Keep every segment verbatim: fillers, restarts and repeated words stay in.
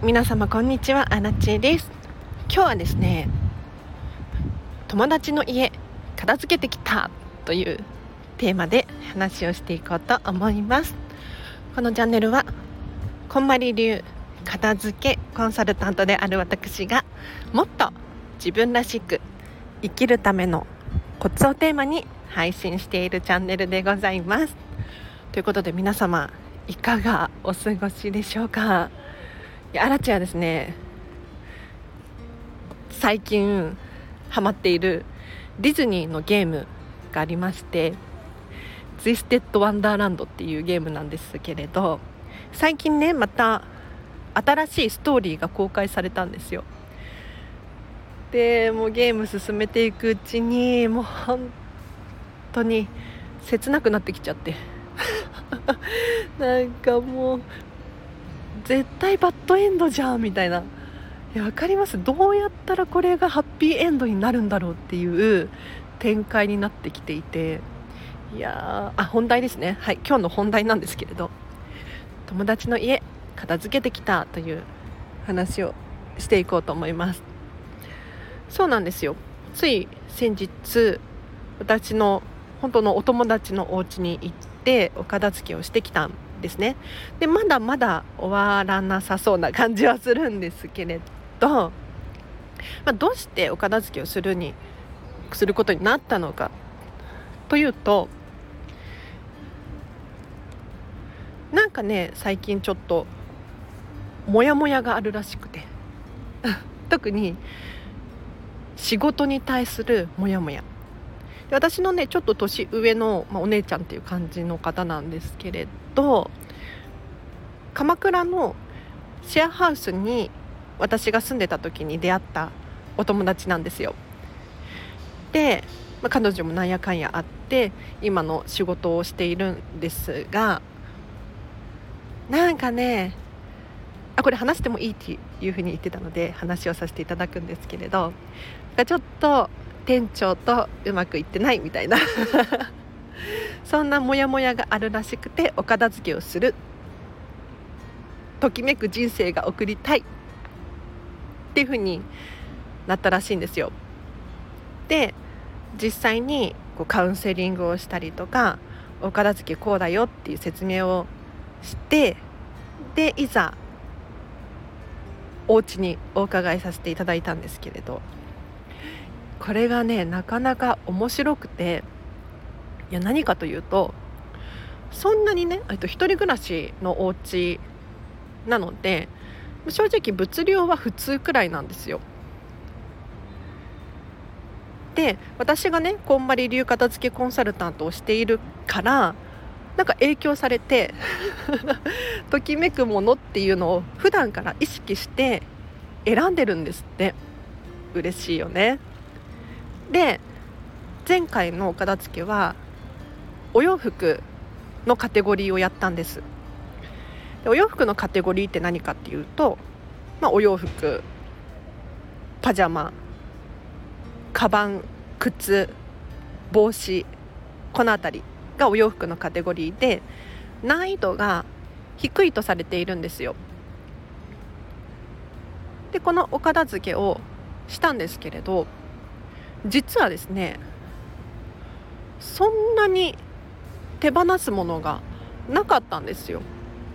皆様こんにちは、アラチェです。今日はですね、友達の家片付けてきたというテーマで話をしていこうと思います。このチャンネルはこんまり流片付けコンサルタントである私がもっと自分らしく生きるためのコツをテーマに配信しているチャンネルでございます。ということで皆様いかがお過ごしでしょうか。いや、アラチはですね、最近ハマっているディズニーのゲームがありまして、ツイステッドワンダーランドっていうゲームなんですけれど、最近ねまた新しいストーリーが公開されたんですよ。でもうゲーム進めていくうちにもう本当に切なくなってきちゃってなんかもう絶対バッドエンドじゃんみたいな。いや、わかります。どうやったらこれがハッピーエンドになるんだろうっていう展開になってきていて、いやあ本題ですね。はい、今日の本題なんですけれど、友達の家片付けてきたという話をしていこうと思います。そうなんですよ。つい先日、私の本当のお友達のお家に行ってお片付けをしてきたんですね。でまだまだ終わらなさそうな感じはするんですけれど、まあ、どうしてお片付けをするにすることになったのかというと、なんかね最近ちょっとモヤモヤがあるらしくて特に仕事に対するモヤモヤで、私のねちょっと年上の、まあ、お姉ちゃんっていう感じの方なんですけれど、鎌倉のシェアハウスに私が住んでた時に出会ったお友達なんですよ。で、まあ、彼女もなんやかんやあって今の仕事をしているんですが、なんかねあこれ話してもいいっていうふうに言ってたので話をさせていただくんですけれど、ちょっと店長とうまくいってないみたいなそんなモヤモヤがあるらしくて、お片付けをする、ときめく人生が送りたいっていう風になったらしいんですよ。で実際にこうカウンセリングをしたりとか、お片付けこうだよっていう説明をして、でいざお家にお伺いさせていただいたんですけれど、これがねなかなか面白くて、いや何かというと、そんなにね一人暮らしのお家なので正直物量は普通くらいなんですよ。で私がねこんまり流片付けコンサルタントをしているからなんか影響されてときめくものっていうのを普段から意識して選んでるんですって。嬉しいよね。で前回のお片付けはお洋服のカテゴリーをやったんです。でお洋服のカテゴリーって何かっていうと、まあ、お洋服、パジャマ、カバン、靴、帽子、このあたりがお洋服のカテゴリーで、難易度が低いとされているんですよ。でこのお片付けをしたんですけれど、実はですねそんなに手放すものがなかったんですよ。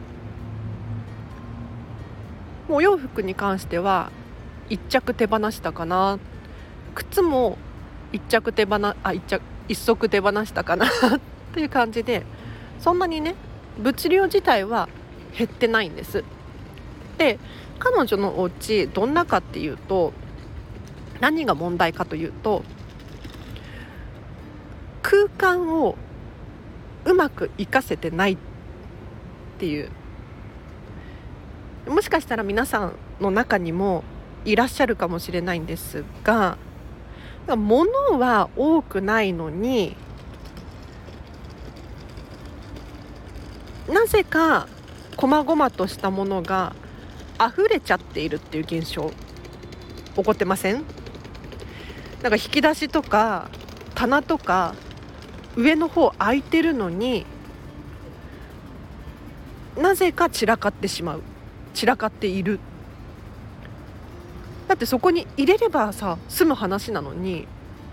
もうお洋服に関してはいっ着手放したかな、靴もいっ着手放あ一着一足手放したかなっていう感じで、そんなにね物量自体は減ってないんです。で彼女のお家どんなかっていうと、何が問題かというと、空間をうまく活かせてないっていう。もしかしたら皆さんの中にもいらっしゃるかもしれないんですが、物は多くないのになぜか細々としたものが溢れちゃっているっていう現象起こってません？なんか引き出しとか棚とか上の方空いてるのになぜか散らかってしまう、散らかっているだってそこに入れればさ済む話なのに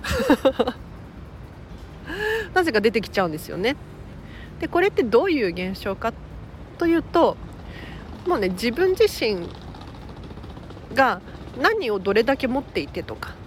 なぜか出てきちゃうんですよね。でこれってどういう現象かというと、もうね自分自身が何をどれだけ持っていてとか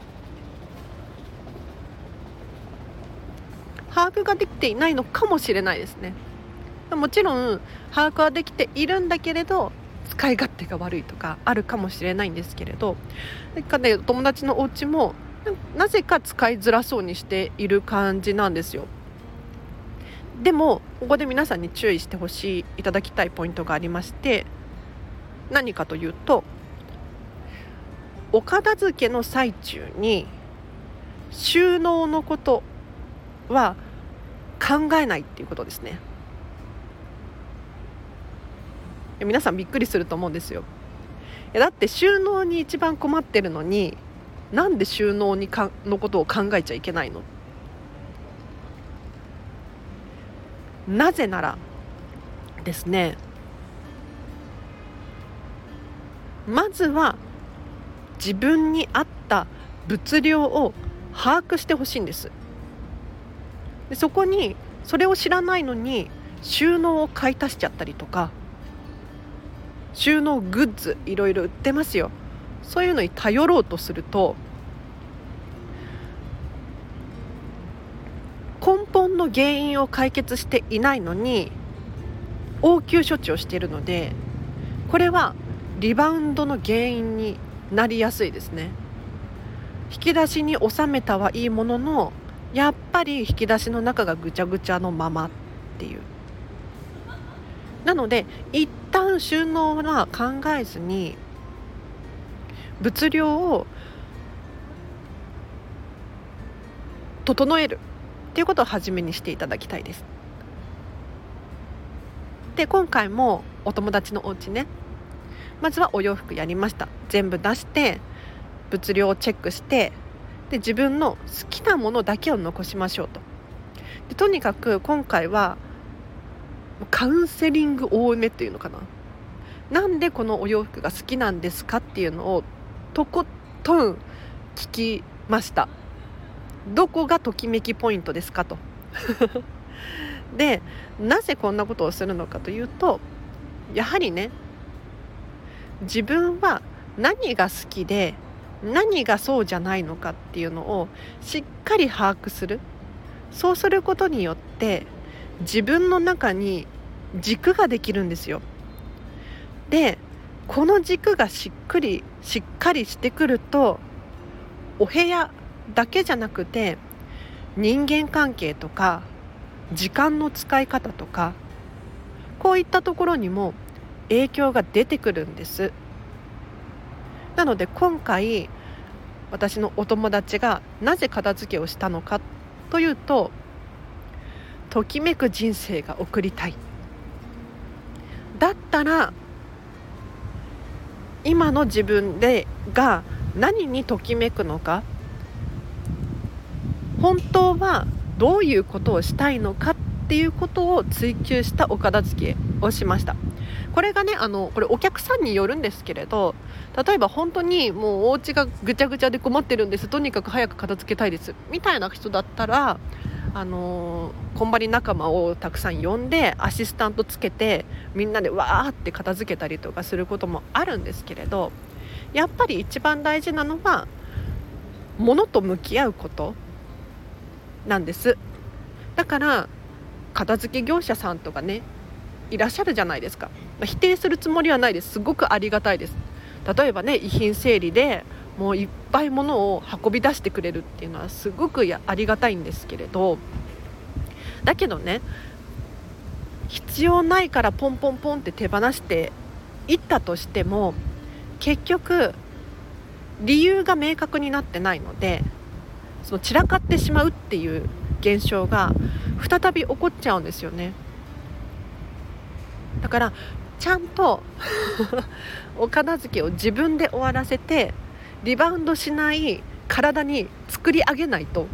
把握ができていないのかもしれないですね。もちろん把握はできているんだけれど使い勝手が悪いとかあるかもしれないんですけれど、なんかね友達のお家もなぜか使いづらそうにしている感じなんですよ。でもここで皆さんに注意してほしいいただきたいポイントがありまして、何かというと、お片付けの最中に収納のことは考えないっていうことですね。皆さんびっくりすると思うんですよ。いやだって収納に一番困ってるのになんで収納にかのことを考えちゃいけないの。なぜならですね、まずは自分に合った物量を把握してほしいんです。でそこにそれを知らないのに収納を買い足しちゃったりとか、収納グッズいろいろ売ってますよ。そういうのに頼ろうとすると根本の原因を解決していないのに応急処置をしているので、これはリバウンドの原因になりやすいですね。引き出しに収めたはいいものの、やっぱり引き出しの中がぐちゃぐちゃのままっていう。なので一旦収納は考えずに物量を整えるっていうことを初めにしていただきたいです。で今回もお友達のお家ね、まずはお洋服やりました。全部出して物量をチェックして、で自分の好きなものだけを残しましょうと。でとにかく今回はカウンセリング多めっていうのかな、なんでこのお洋服が好きなんですかっていうのをとことん聞きました。どこがときめきポイントですかとでなぜこんなことをするのかというと、やはりね自分は何が好きで何がそうじゃないのかっていうのをしっかり把握する。そうすることによって自分の中に軸ができるんですよ。でこの軸がしっくりしっかりしてくると、お部屋だけじゃなくて人間関係とか時間の使い方とか、こういったところにも影響が出てくるんです。なので今回私のお友達がなぜ片付けをしたのかというと、ときめく人生が送りたい。だったら今の自分でが何にときめくのか、本当はどういうことをしたいのかっていうことを追求したお片付けをしました。これがねあのこれお客さんによるんですけれど、例えば本当にもうお家がぐちゃぐちゃで困ってるんです、とにかく早く片付けたいですみたいな人だったら、あのー、こんばり仲間をたくさん呼んでアシスタントつけてみんなでわーって片付けたりとかすることもあるんですけれど、やっぱり一番大事なのは物と向き合うことなんです。だから片付け業者さんとかねいらっしゃるじゃないですか。否定するつもりはないです。すごくありがたいです。例えばね遺品整理でもういっぱい物を運び出してくれるっていうのはすごくありがたいんですけれど、だけどね必要ないからポンポンポンって手放していったとしても、結局理由が明確になってないので、その散らかってしまうっていう現象が再び起こっちゃうんですよね。だからちゃんとお片付けを自分で終わらせてリバウンドしない体に作り上げないと、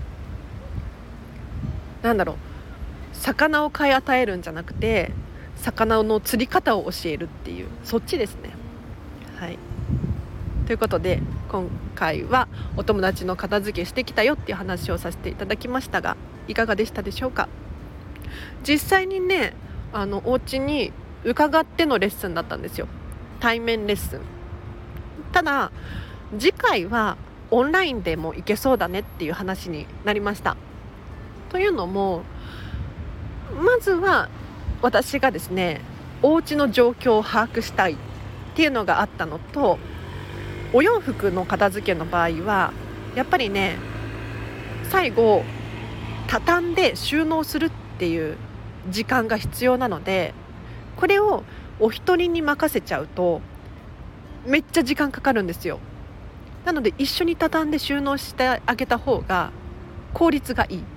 なんだろう、魚を買い与えるんじゃなくて魚の釣り方を教えるっていう、そっちですね。はい。 ということで今回はお友達の片付けしてきたよっていう話をさせていただきましたが、いかがでしたでしょうか。実際にね、あのお家に伺ってのレッスンだったんですよ。対面レッスン。ただ次回はオンラインでも行けそうだねっていう話になりました。というのも、まずは私がですね、お家の状況を把握したいっていうのがあったのと、お洋服の片付けの場合はやっぱりね、最後畳んで収納するっていう時間が必要なので、これをお一人に任せちゃうとめっちゃ時間かかるんですよ。なので一緒に畳んで収納してあげた方が効率がいい。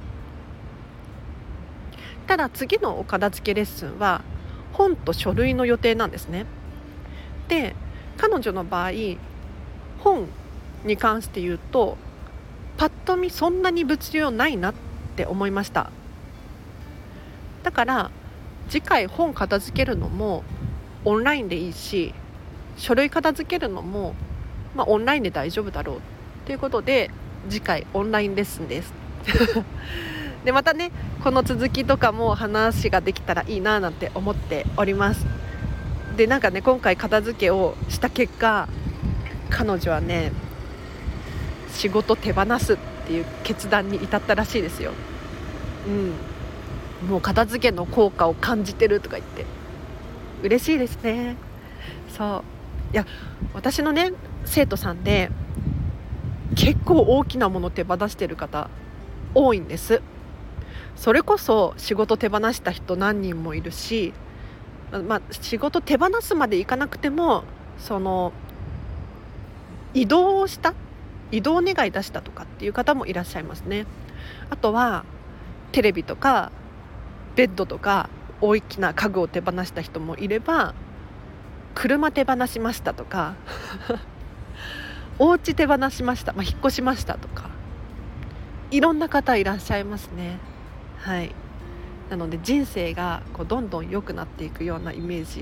ただ次のお片付けレッスンは本と書類の予定なんですね。で、彼女の場合本に関して言うとパッと見そんなに物量ないなって思いました。だから次回本片付けるのもオンラインでいいし、書類片付けるのも、まあ、オンラインで大丈夫だろうということで次回オンラインレッスンですでまたね、この続きとかも話ができたらいいななんて思っております。でなんかね、今回片付けをした結果、彼女はね、仕事手放すっていう決断に至ったらしいですよ。うん、もう片付けの効果を感じてるとか言って、嬉しいですね。そういや、私のね生徒さんで結構大きなもの手放してる方多いんです。それこそ仕事手放した人何人もいるし、まあ、仕事手放すまでいかなくても、その移動をした移動願い出したとかっていう方もいらっしゃいますね。あとはテレビとかベッドとか大きな家具を手放した人もいれば、車手放しましたとかお家手放しました、まあ、引っ越しましたとか、いろんな方いらっしゃいますね。はい。なので人生がこうどんどん良くなっていくようなイメージ、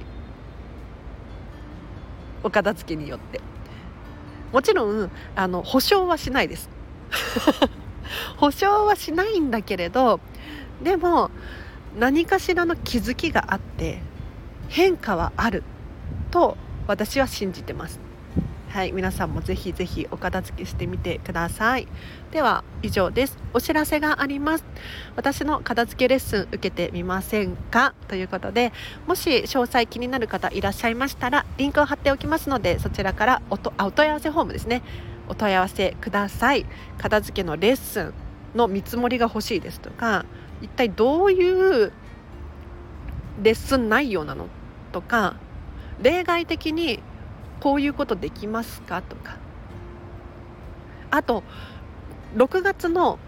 お片付けによって。もちろんあの保証はしないです保証はしないんだけれど、でも何かしらの気づきがあって変化はあると私は信じてます。はい、皆さんもぜひぜひお片付けしてみてください。では以上です。お知らせがあります。私の片付けレッスン受けてみませんかということで、もし詳細気になる方いらっしゃいましたらリンクを貼っておきますので、そちらからおとお問い合わせフォームですね、お問い合わせください。片付けのレッスンの見積もりが欲しいですとか、一体どういうレッスン内容なのとか、例外的にこういうことできますかとか、あとろくがつの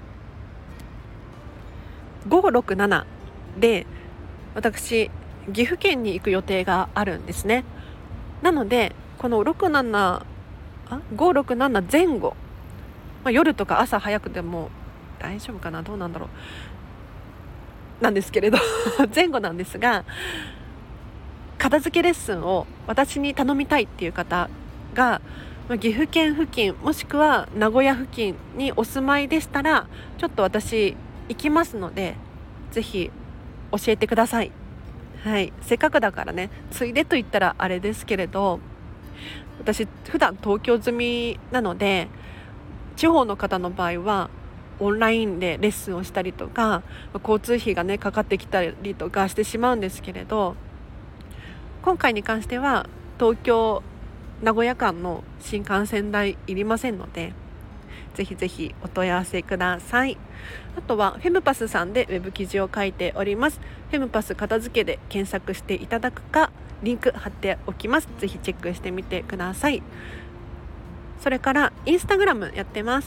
ご、ろく、しちで私岐阜県に行く予定があるんですね。なのでこのろく、ななあご、ろく、しち前後、まあ、夜とか朝早くでも大丈夫かな、どうなんだろうなんですけれど前後なんですが、片付けレッスンを私に頼みたいっていう方が岐阜県付近もしくは名古屋付近にお住まいでしたら、ちょっと私行きますのでぜひ教えてください。はい、せっかくだからね、ついでと言ったらあれですけれど、私普段東京済みなので、地方の方の場合はオンラインでレッスンをしたりとか、交通費がねかかってきたりとかしてしまうんですけれど、今回に関しては東京名古屋間の新幹線代いりませんので、ぜひぜひお問い合わせください。あとはフェムパスさんでウェブ記事を書いております。フェムパス片付けで検索していただくか、リンク貼っておきます。ぜひチェックしてみてください。それからインスタグラムやってます。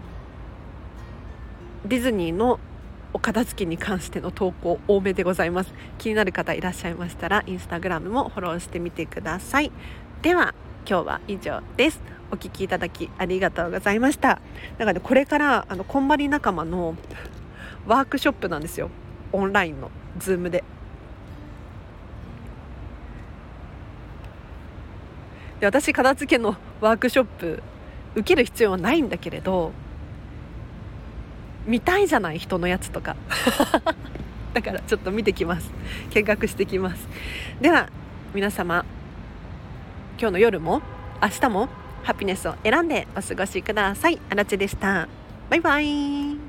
ディズニーのお片付けに関しての投稿多めでございます。気になる方いらっしゃいましたらインスタグラムもフォローしてみてください。では今日は以上です。お聞きいただきありがとうございました。だから、ね、これからあのこんまり仲間のワークショップなんですよ。オンラインのズームでで私片付けのワークショップ受ける必要はないんだけれど、見たいじゃない、人のやつとかだからちょっと見てきます。見学してきます。では皆様、今日の夜も明日もハピネスを選んでお過ごしください。あらちでした。バイバイ。